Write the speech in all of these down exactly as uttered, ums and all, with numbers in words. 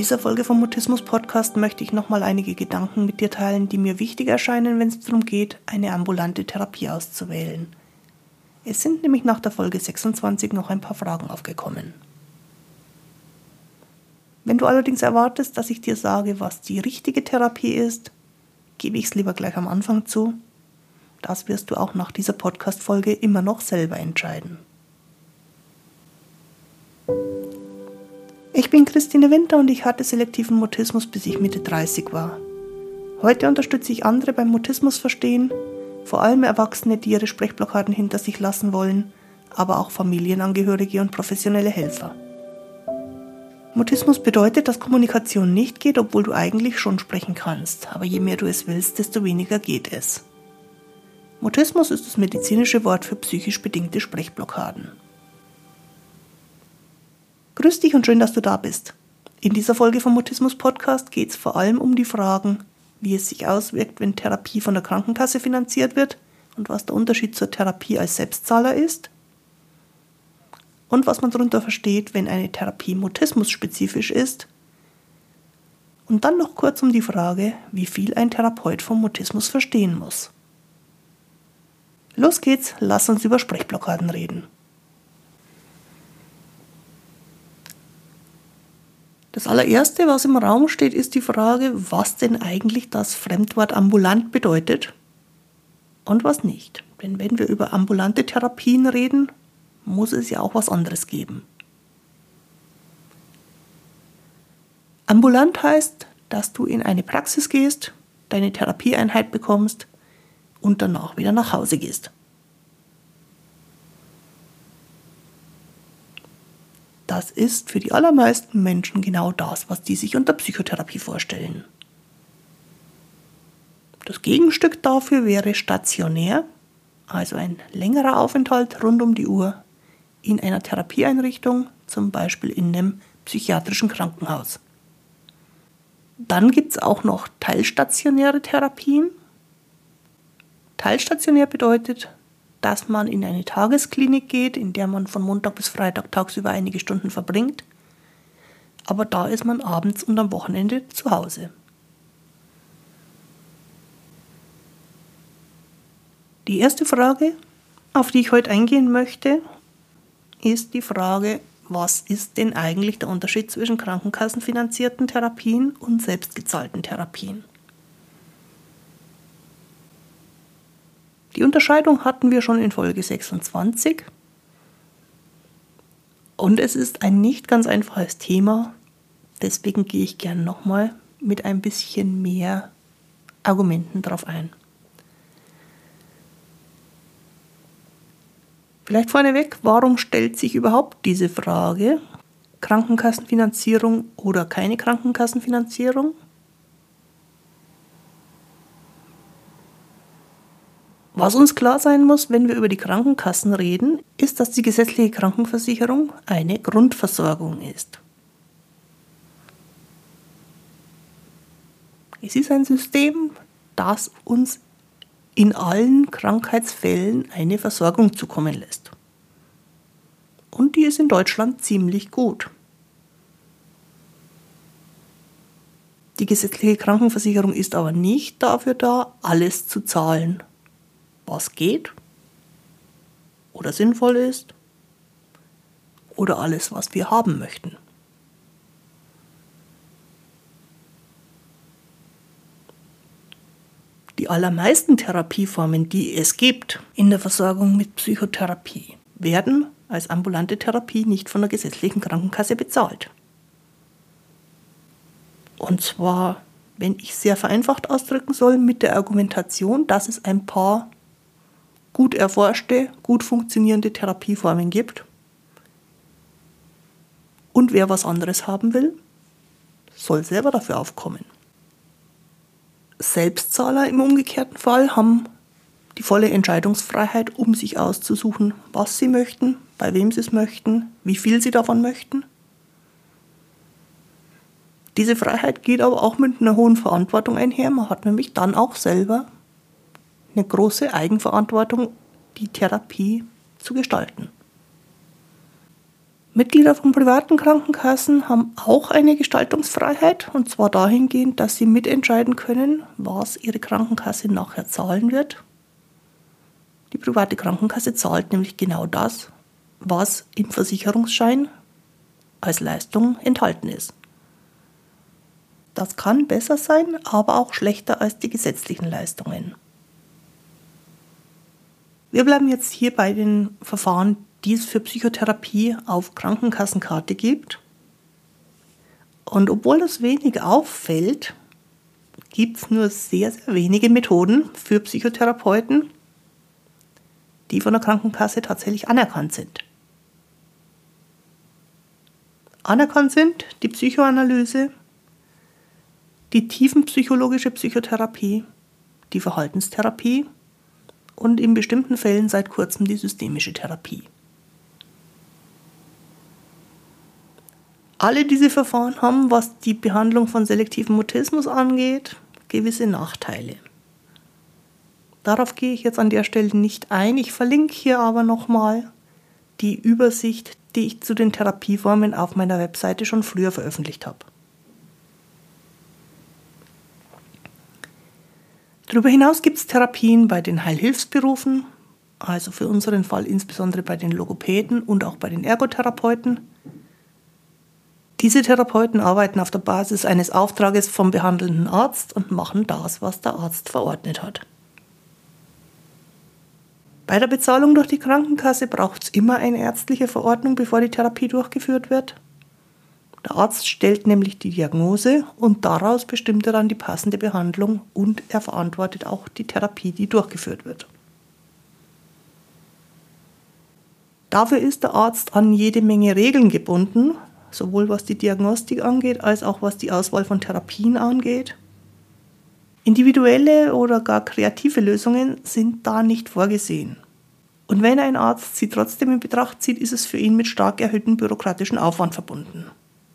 dieser Folge vom Mutismus Podcast möchte ich nochmal einige Gedanken mit dir teilen, die mir wichtig erscheinen, wenn es darum geht, eine ambulante Therapie auszuwählen. Es sind nämlich nach der Folge sechsundzwanzig noch ein paar Fragen aufgekommen. Wenn du allerdings erwartest, dass ich dir sage, was die richtige Therapie ist, gebe ich es lieber gleich am Anfang zu. Das wirst du auch nach dieser Podcast-Folge immer noch selber entscheiden. Ich bin Christine Winter und ich hatte selektiven Mutismus, bis ich Mitte dreißig war. Heute unterstütze ich andere beim Mutismus verstehen, vor allem Erwachsene, die ihre Sprechblockaden hinter sich lassen wollen, aber auch Familienangehörige und professionelle Helfer. Mutismus bedeutet, dass Kommunikation nicht geht, obwohl du eigentlich schon sprechen kannst, aber je mehr du es willst, desto weniger geht es. Mutismus ist das medizinische Wort für psychisch bedingte Sprechblockaden. Grüß dich und schön, dass du da bist. In dieser Folge vom Mutismus Podcast geht es vor allem um die Fragen, wie es sich auswirkt, wenn Therapie von der Krankenkasse finanziert wird und was der Unterschied zur Therapie als Selbstzahler ist und was man darunter versteht, wenn eine Therapie mutismusspezifisch ist und dann noch kurz um die Frage, wie viel ein Therapeut vom Mutismus verstehen muss. Los geht's, lass uns über Sprechblockaden reden. Das allererste, was im Raum steht, ist die Frage, was denn eigentlich das Fremdwort ambulant bedeutet und was nicht. Denn wenn wir über ambulante Therapien reden, muss es ja auch was anderes geben. Ambulant heißt, dass du in eine Praxis gehst, deine Therapieeinheit bekommst und danach wieder nach Hause gehst. Das ist für die allermeisten Menschen genau das, was die sich unter Psychotherapie vorstellen. Das Gegenstück dafür wäre stationär, also ein längerer Aufenthalt rund um die Uhr in einer Therapieeinrichtung, zum Beispiel in einem psychiatrischen Krankenhaus. Dann gibt es auch noch teilstationäre Therapien. Teilstationär bedeutet, dass man in eine Tagesklinik geht, in der man von Montag bis Freitag tagsüber einige Stunden verbringt, aber da ist man abends und am Wochenende zu Hause. Die erste Frage, auf die ich heute eingehen möchte, ist die Frage, was ist denn eigentlich der Unterschied zwischen krankenkassenfinanzierten Therapien und selbstgezahlten Therapien? Die Unterscheidung hatten wir schon in Folge sechsundzwanzig und es ist ein nicht ganz einfaches Thema, deswegen gehe ich gerne nochmal mit ein bisschen mehr Argumenten drauf ein. Vielleicht vorneweg, warum stellt sich überhaupt diese Frage, Krankenkassenfinanzierung oder keine Krankenkassenfinanzierung? Was uns klar sein muss, wenn wir über die Krankenkassen reden, ist, dass die gesetzliche Krankenversicherung eine Grundversorgung ist. Es ist ein System, das uns in allen Krankheitsfällen eine Versorgung zukommen lässt. Und die ist in Deutschland ziemlich gut. Die gesetzliche Krankenversicherung ist aber nicht dafür da, alles zu zahlen, was geht oder sinnvoll ist oder alles, was wir haben möchten. Die allermeisten Therapieformen, die es gibt in der Versorgung mit Psychotherapie, werden als ambulante Therapie nicht von der gesetzlichen Krankenkasse bezahlt. Und zwar, wenn ich sehr vereinfacht ausdrücken soll, mit der Argumentation, dass es ein paar gut erforschte, gut funktionierende Therapieformen gibt. Und wer was anderes haben will, soll selber dafür aufkommen. Selbstzahler im umgekehrten Fall haben die volle Entscheidungsfreiheit, um sich auszusuchen, was sie möchten, bei wem sie es möchten, wie viel sie davon möchten. Diese Freiheit geht aber auch mit einer hohen Verantwortung einher. Man hat nämlich dann auch selber eine große Eigenverantwortung, die Therapie zu gestalten. Mitglieder von privaten Krankenkassen haben auch eine Gestaltungsfreiheit, und zwar dahingehend, dass sie mitentscheiden können, was ihre Krankenkasse nachher zahlen wird. Die private Krankenkasse zahlt nämlich genau das, was im Versicherungsschein als Leistung enthalten ist. Das kann besser sein, aber auch schlechter als die gesetzlichen Leistungen. Wir bleiben jetzt hier bei den Verfahren, die es für Psychotherapie auf Krankenkassenkarte gibt. Und obwohl das wenig auffällt, gibt es nur sehr, sehr wenige Methoden für Psychotherapeuten, die von der Krankenkasse tatsächlich anerkannt sind. Anerkannt sind die Psychoanalyse, die tiefenpsychologische Psychotherapie, die Verhaltenstherapie und in bestimmten Fällen seit kurzem die systemische Therapie. Alle diese Verfahren haben, was die Behandlung von selektivem Mutismus angeht, gewisse Nachteile. Darauf gehe ich jetzt an der Stelle nicht ein. Ich verlinke hier aber nochmal die Übersicht, die ich zu den Therapieformen auf meiner Webseite schon früher veröffentlicht habe. Darüber hinaus gibt es Therapien bei den Heilhilfsberufen, also für unseren Fall insbesondere bei den Logopäden und auch bei den Ergotherapeuten. Diese Therapeuten arbeiten auf der Basis eines Auftrages vom behandelnden Arzt und machen das, was der Arzt verordnet hat. Bei der Bezahlung durch die Krankenkasse braucht es immer eine ärztliche Verordnung, bevor die Therapie durchgeführt wird. Der Arzt stellt nämlich die Diagnose und daraus bestimmt er dann die passende Behandlung und er verantwortet auch die Therapie, die durchgeführt wird. Dafür ist der Arzt an jede Menge Regeln gebunden, sowohl was die Diagnostik angeht, als auch was die Auswahl von Therapien angeht. Individuelle oder gar kreative Lösungen sind da nicht vorgesehen. Und wenn ein Arzt sie trotzdem in Betracht zieht, ist es für ihn mit stark erhöhtem bürokratischen Aufwand verbunden.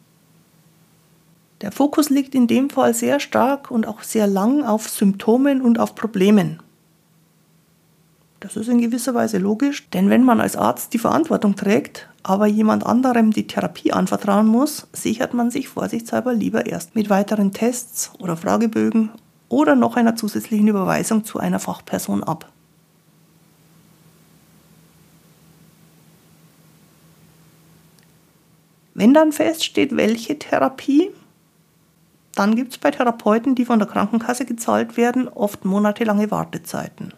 Der Fokus liegt in dem Fall sehr stark und auch sehr lang auf Symptomen und auf Problemen. Das ist in gewisser Weise logisch, denn wenn man als Arzt die Verantwortung trägt, aber jemand anderem die Therapie anvertrauen muss, sichert man sich vorsichtshalber lieber erst mit weiteren Tests oder Fragebögen oder noch einer zusätzlichen Überweisung zu einer Fachperson ab. Wenn dann feststeht, welche Therapie, dann gibt es bei Therapeuten, die von der Krankenkasse gezahlt werden, oft monatelange Wartezeiten.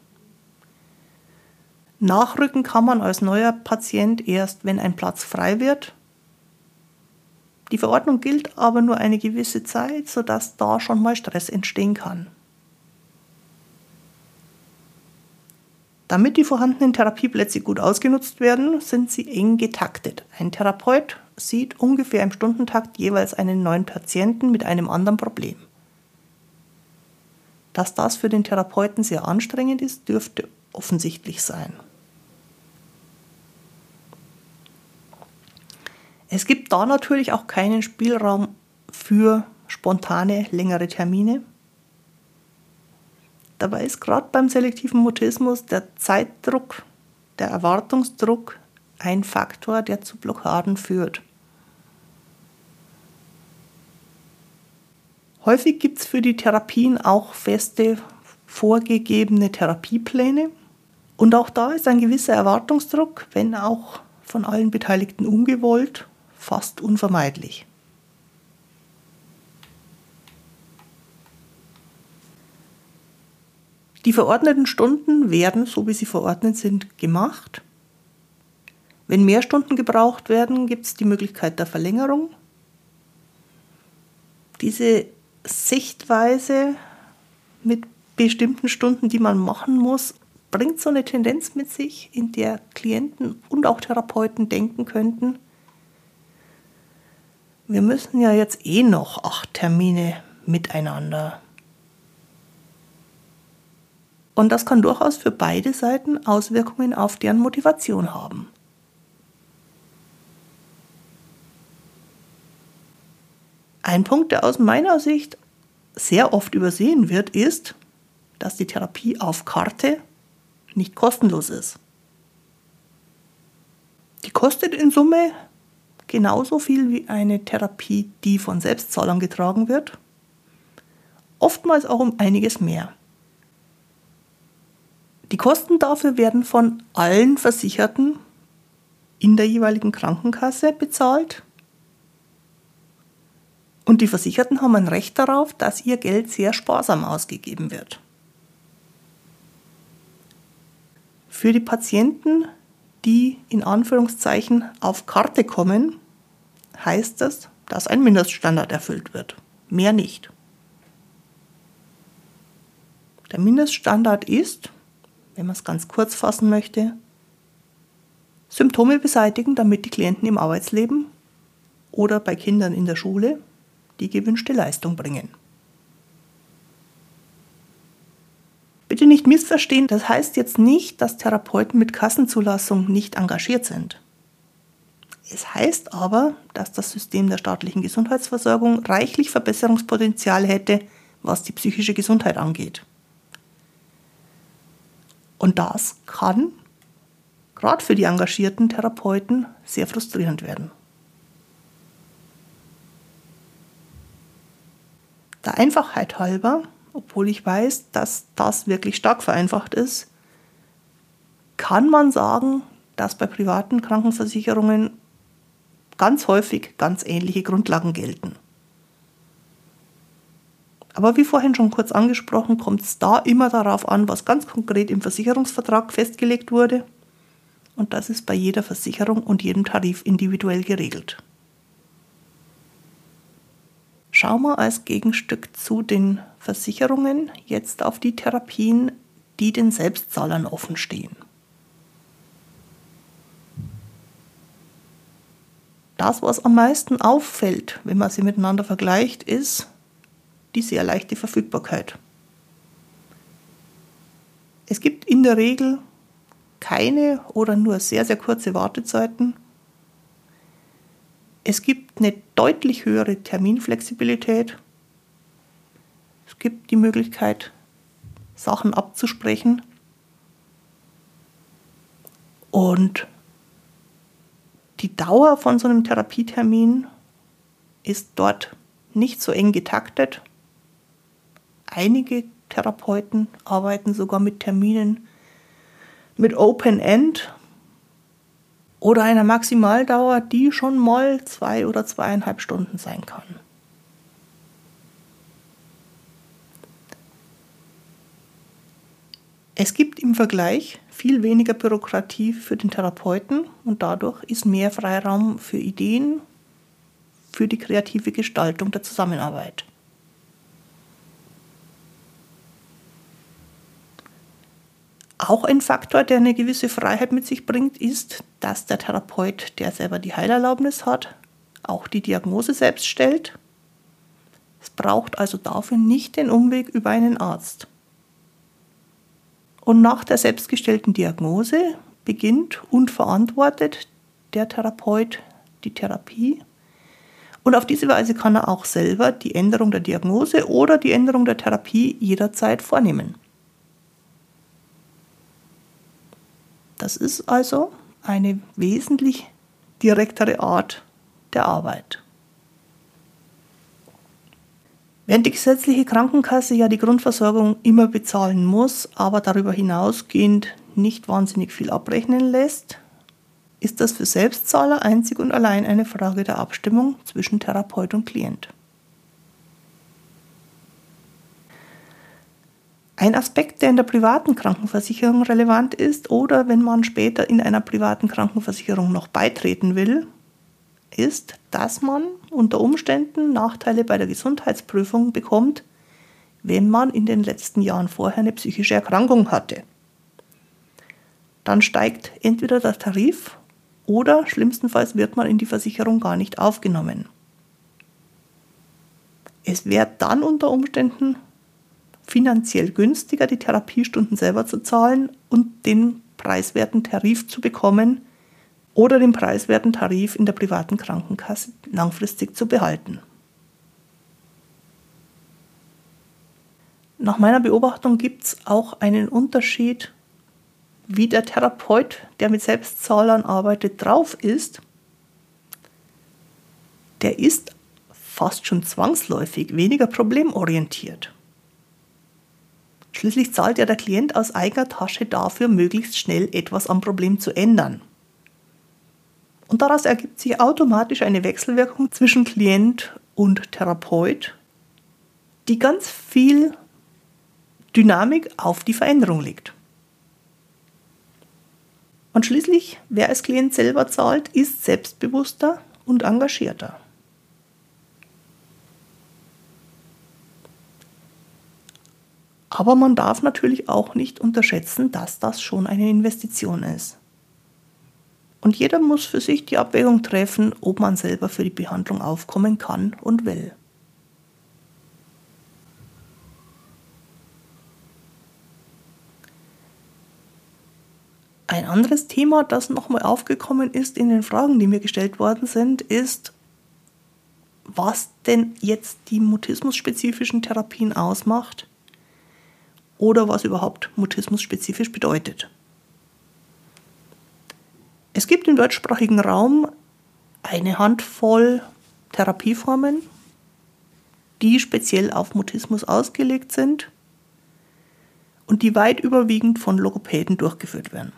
Nachrücken kann man als neuer Patient erst, wenn ein Platz frei wird. Die Verordnung gilt aber nur eine gewisse Zeit, sodass da schon mal Stress entstehen kann. Damit die vorhandenen Therapieplätze gut ausgenutzt werden, sind sie eng getaktet. Ein Therapeut sieht ungefähr im Stundentakt jeweils einen neuen Patienten mit einem anderen Problem. Dass das für den Therapeuten sehr anstrengend ist, dürfte offensichtlich sein. Es gibt da natürlich auch keinen Spielraum für spontane, längere Termine. Dabei ist gerade beim selektiven Mutismus der Zeitdruck, der Erwartungsdruck ein Faktor, der zu Blockaden führt. Häufig gibt es für die Therapien auch feste, vorgegebene Therapiepläne. Und auch da ist ein gewisser Erwartungsdruck, wenn auch von allen Beteiligten ungewollt, fast unvermeidlich. Die verordneten Stunden werden, so wie sie verordnet sind, gemacht. Wenn mehr Stunden gebraucht werden, gibt es die Möglichkeit der Verlängerung. Diese Sichtweise mit bestimmten Stunden, die man machen muss, bringt so eine Tendenz mit sich, in der Klienten und auch Therapeuten denken könnten, wir müssen ja jetzt eh noch acht Termine miteinander. Und das kann durchaus für beide Seiten Auswirkungen auf deren Motivation haben. Ein Punkt, der aus meiner Sicht sehr oft übersehen wird, ist, dass die Therapie auf Karte nicht kostenlos ist. Die kostet in Summe genauso viel wie eine Therapie, die von Selbstzahlern getragen wird, oftmals auch um einiges mehr. Die Kosten dafür werden von allen Versicherten in der jeweiligen Krankenkasse bezahlt. Und die Versicherten haben ein Recht darauf, dass ihr Geld sehr sparsam ausgegeben wird. Für die Patienten, die in Anführungszeichen auf Karte kommen, heißt das, dass ein Mindeststandard erfüllt wird. Mehr nicht. Der Mindeststandard ist, wenn man es ganz kurz fassen möchte, Symptome beseitigen, damit die Klienten im Arbeitsleben oder bei Kindern in der Schule die gewünschte Leistung bringen. Bitte nicht missverstehen, das heißt jetzt nicht, dass Therapeuten mit Kassenzulassung nicht engagiert sind. Es heißt aber, dass das System der staatlichen Gesundheitsversorgung reichlich Verbesserungspotenzial hätte, was die psychische Gesundheit angeht. Und das kann, gerade für die engagierten Therapeuten, sehr frustrierend werden. Der Einfachheit halber, obwohl ich weiß, dass das wirklich stark vereinfacht ist, kann man sagen, dass bei privaten Krankenversicherungen ganz häufig ganz ähnliche Grundlagen gelten. Aber wie vorhin schon kurz angesprochen, kommt es da immer darauf an, was ganz konkret im Versicherungsvertrag festgelegt wurde. Und das ist bei jeder Versicherung und jedem Tarif individuell geregelt. Schauen wir als Gegenstück zu den Versicherungen jetzt auf die Therapien, die den Selbstzahlern offen stehen. Das, was am meisten auffällt, wenn man sie miteinander vergleicht, ist die sehr leichte Verfügbarkeit. Es gibt in der Regel keine oder nur sehr, sehr kurze Wartezeiten. Es gibt eine deutlich höhere Terminflexibilität. Es gibt die Möglichkeit, Sachen abzusprechen. Und die Dauer von so einem Therapietermin ist dort nicht so eng getaktet. Einige Therapeuten arbeiten sogar mit Terminen mit Open End oder einer Maximaldauer, die schon mal zwei oder zweieinhalb Stunden sein kann. Es gibt im Vergleich viel weniger Bürokratie für den Therapeuten und dadurch ist mehr Freiraum für Ideen, für die kreative Gestaltung der Zusammenarbeit. Auch ein Faktor, der eine gewisse Freiheit mit sich bringt, ist, dass der Therapeut, der selber die Heilerlaubnis hat, auch die Diagnose selbst stellt. Es braucht also dafür nicht den Umweg über einen Arzt. Und nach der selbstgestellten Diagnose beginnt und verantwortet der Therapeut die Therapie. Und auf diese Weise kann er auch selber die Änderung der Diagnose oder die Änderung der Therapie jederzeit vornehmen. Das ist also eine wesentlich direktere Art der Arbeit. Während die gesetzliche Krankenkasse ja die Grundversorgung immer bezahlen muss, aber darüber hinausgehend nicht wahnsinnig viel abrechnen lässt, ist das für Selbstzahler einzig und allein eine Frage der Abstimmung zwischen Therapeut und Klient. Ein Aspekt, der in der privaten Krankenversicherung relevant ist oder wenn man später in einer privaten Krankenversicherung noch beitreten will, ist, dass man unter Umständen Nachteile bei der Gesundheitsprüfung bekommt, wenn man in den letzten Jahren vorher eine psychische Erkrankung hatte. Dann steigt entweder der Tarif oder schlimmstenfalls wird man in die Versicherung gar nicht aufgenommen. Es wäre dann unter Umständen finanziell günstiger, die Therapiestunden selber zu zahlen und den preiswerten Tarif zu bekommen oder den preiswerten Tarif in der privaten Krankenkasse langfristig zu behalten. Nach meiner Beobachtung gibt es auch einen Unterschied, wie der Therapeut, der mit Selbstzahlern arbeitet, drauf ist. der ist fast schon zwangsläufig weniger problemorientiert. Schließlich zahlt ja der Klient aus eigener Tasche dafür, möglichst schnell etwas am Problem zu ändern. Und daraus ergibt sich automatisch eine Wechselwirkung zwischen Klient und Therapeut, die ganz viel Dynamik auf die Veränderung legt. Und schließlich, wer als Klient selber zahlt, ist selbstbewusster und engagierter. Aber man darf natürlich auch nicht unterschätzen, dass das schon eine Investition ist. Und jeder muss für sich die Abwägung treffen, ob man selber für die Behandlung aufkommen kann und will. Ein anderes Thema, das nochmal aufgekommen ist in den Fragen, die mir gestellt worden sind, ist, was denn jetzt die mutismusspezifischen Therapien ausmacht oder was überhaupt mutismusspezifisch bedeutet. Es gibt im deutschsprachigen Raum eine Handvoll Therapieformen, die speziell auf Mutismus ausgelegt sind und die weit überwiegend von Logopäden durchgeführt werden.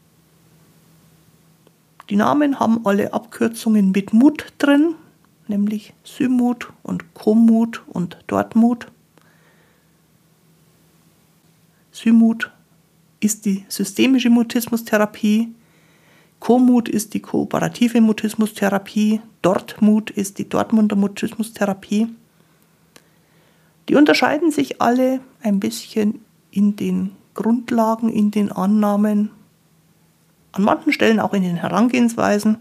Die Namen haben alle Abkürzungen mit Mut drin, nämlich Symut und Kommut und Dortmut. Symut ist die systemische Mutismustherapie, Kommut ist die kooperative Mutismustherapie, Dortmut ist die Dortmunder Mutismustherapie. Die unterscheiden sich alle ein bisschen in den Grundlagen, in den Annahmen, an manchen Stellen auch in den Herangehensweisen.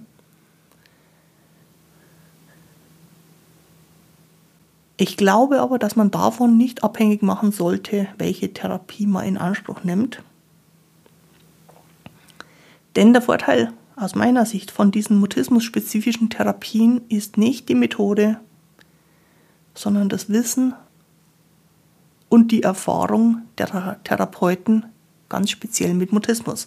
Ich glaube aber, dass man davon nicht abhängig machen sollte, welche Therapie man in Anspruch nimmt. Denn der Vorteil aus meiner Sicht von diesen mutismusspezifischen Therapien ist nicht die Methode, sondern das Wissen und die Erfahrung der Therapeuten, ganz speziell mit Mutismus.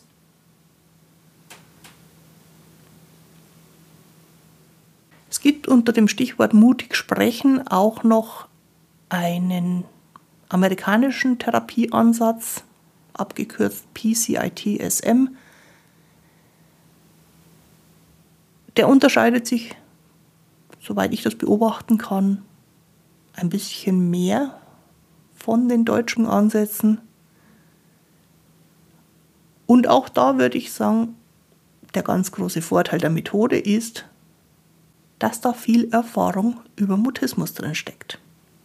Es gibt unter dem Stichwort mutig sprechen auch noch einen amerikanischen Therapieansatz, abgekürzt P C I T S M. Der unterscheidet sich, soweit ich das beobachten kann, ein bisschen mehr von den deutschen Ansätzen. Und auch da würde ich sagen, der ganz große Vorteil der Methode ist, dass da viel Erfahrung über Mutismus drin steckt.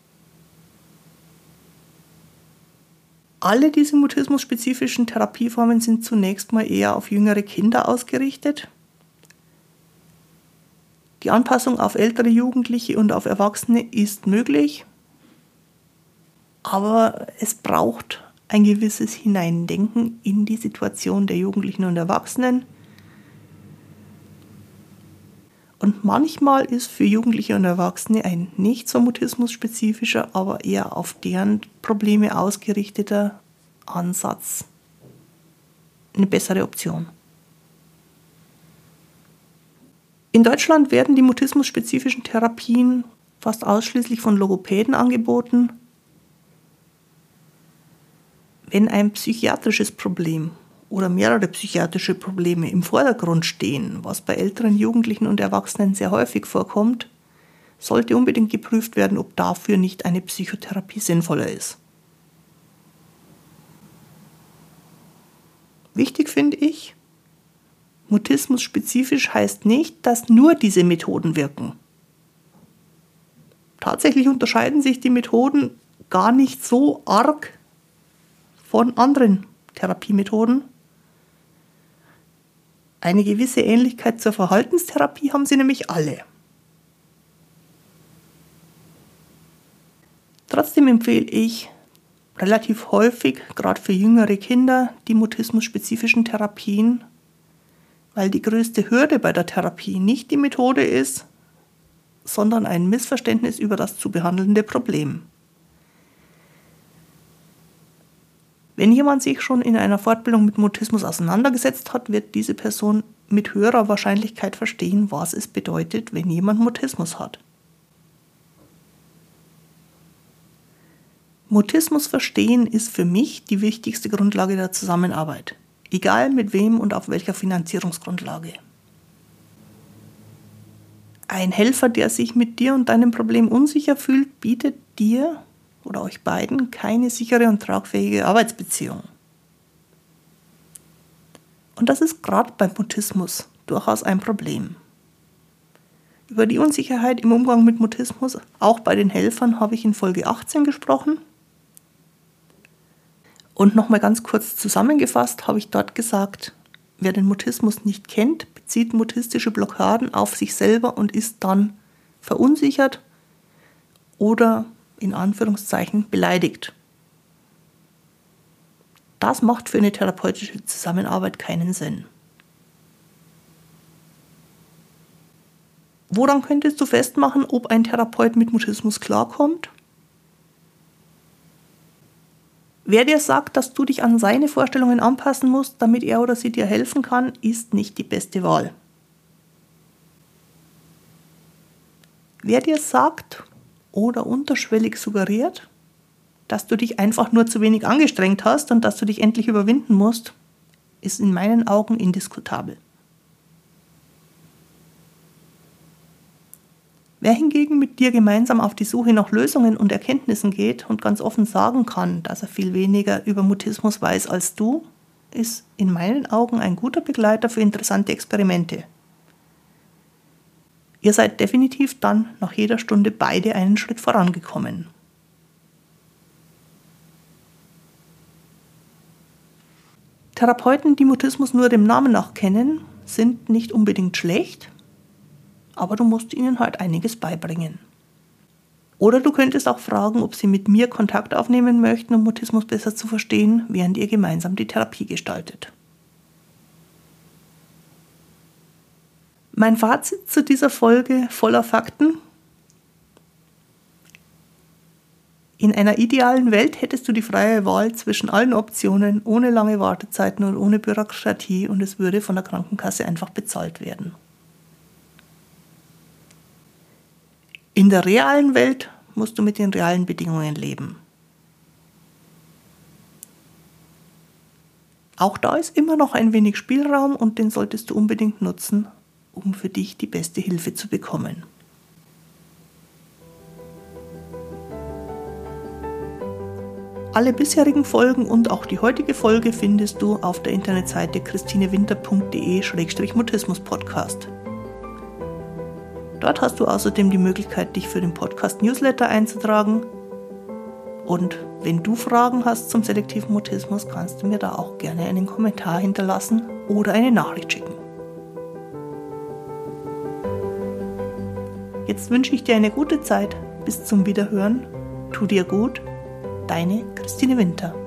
Alle diese mutismusspezifischen Therapieformen sind zunächst mal eher auf jüngere Kinder ausgerichtet. Die Anpassung auf ältere Jugendliche und auf Erwachsene ist möglich, aber es braucht ein gewisses Hineindenken in die Situation der Jugendlichen und Erwachsenen. Und manchmal ist für Jugendliche und Erwachsene ein nicht so mutismusspezifischer, aber eher auf deren Probleme ausgerichteter Ansatz eine bessere Option. In Deutschland werden die mutismusspezifischen Therapien fast ausschließlich von Logopäden angeboten. Wenn ein psychiatrisches Problem oder mehrere psychiatrische Probleme im Vordergrund stehen, was bei älteren Jugendlichen und Erwachsenen sehr häufig vorkommt, sollte unbedingt geprüft werden, ob dafür nicht eine Psychotherapie sinnvoller ist. Wichtig finde ich, mutismusspezifisch heißt nicht, dass nur diese Methoden wirken. Tatsächlich unterscheiden sich die Methoden gar nicht so arg von anderen Therapiemethoden. Eine gewisse Ähnlichkeit zur Verhaltenstherapie haben sie nämlich alle. Trotzdem empfehle ich relativ häufig, gerade für jüngere Kinder, die mutismusspezifischen Therapien, weil die größte Hürde bei der Therapie nicht die Methode ist, sondern ein Missverständnis über das zu behandelnde Problem. Wenn jemand sich schon in einer Fortbildung mit Mutismus auseinandergesetzt hat, wird diese Person mit höherer Wahrscheinlichkeit verstehen, was es bedeutet, wenn jemand Mutismus hat. Mutismus verstehen ist für mich die wichtigste Grundlage der Zusammenarbeit, egal mit wem und auf welcher Finanzierungsgrundlage. Ein Helfer, der sich mit dir und deinem Problem unsicher fühlt, bietet dir oder euch beiden keine sichere und tragfähige Arbeitsbeziehung. Und das ist gerade beim Mutismus durchaus ein Problem. Über die Unsicherheit im Umgang mit Mutismus, auch bei den Helfern, habe ich in Folge achtzehn gesprochen. Und nochmal ganz kurz zusammengefasst habe ich dort gesagt, wer den Mutismus nicht kennt, bezieht mutistische Blockaden auf sich selber und ist dann verunsichert oder in Anführungszeichen beleidigt. Das macht für eine therapeutische Zusammenarbeit keinen Sinn. Woran könntest du festmachen, ob ein Therapeut mit Mutismus klarkommt? Wer dir sagt, dass du dich an seine Vorstellungen anpassen musst, damit er oder sie dir helfen kann, ist nicht die beste Wahl. Wer dir sagt oder unterschwellig suggeriert, dass du dich einfach nur zu wenig angestrengt hast und dass du dich endlich überwinden musst, ist in meinen Augen indiskutabel. Wer hingegen mit dir gemeinsam auf die Suche nach Lösungen und Erkenntnissen geht und ganz offen sagen kann, dass er viel weniger über Mutismus weiß als du, ist in meinen Augen ein guter Begleiter für interessante Experimente. Ihr seid definitiv dann nach jeder Stunde beide einen Schritt vorangekommen. Therapeuten, die Mutismus nur dem Namen nach kennen, sind nicht unbedingt schlecht, aber du musst ihnen halt einiges beibringen. Oder du könntest auch fragen, ob sie mit mir Kontakt aufnehmen möchten, um Mutismus besser zu verstehen, während ihr gemeinsam die Therapie gestaltet. Mein Fazit zu dieser Folge voller Fakten: In einer idealen Welt hättest du die freie Wahl zwischen allen Optionen, ohne lange Wartezeiten und ohne Bürokratie, und es würde von der Krankenkasse einfach bezahlt werden. In der realen Welt musst du mit den realen Bedingungen leben. Auch da ist immer noch ein wenig Spielraum und den solltest du unbedingt nutzen, um für dich die beste Hilfe zu bekommen. Alle bisherigen Folgen und auch die heutige Folge findest du auf der Internetseite christinewinter punkt de slash mutismus-podcast. Dort hast du außerdem die Möglichkeit, dich für den Podcast-Newsletter einzutragen. Und wenn du Fragen hast zum selektiven Mutismus, kannst du mir da auch gerne einen Kommentar hinterlassen oder eine Nachricht schicken. Jetzt wünsche ich dir eine gute Zeit. Bis zum Wiederhören. Tu dir gut. Deine Christine Winter.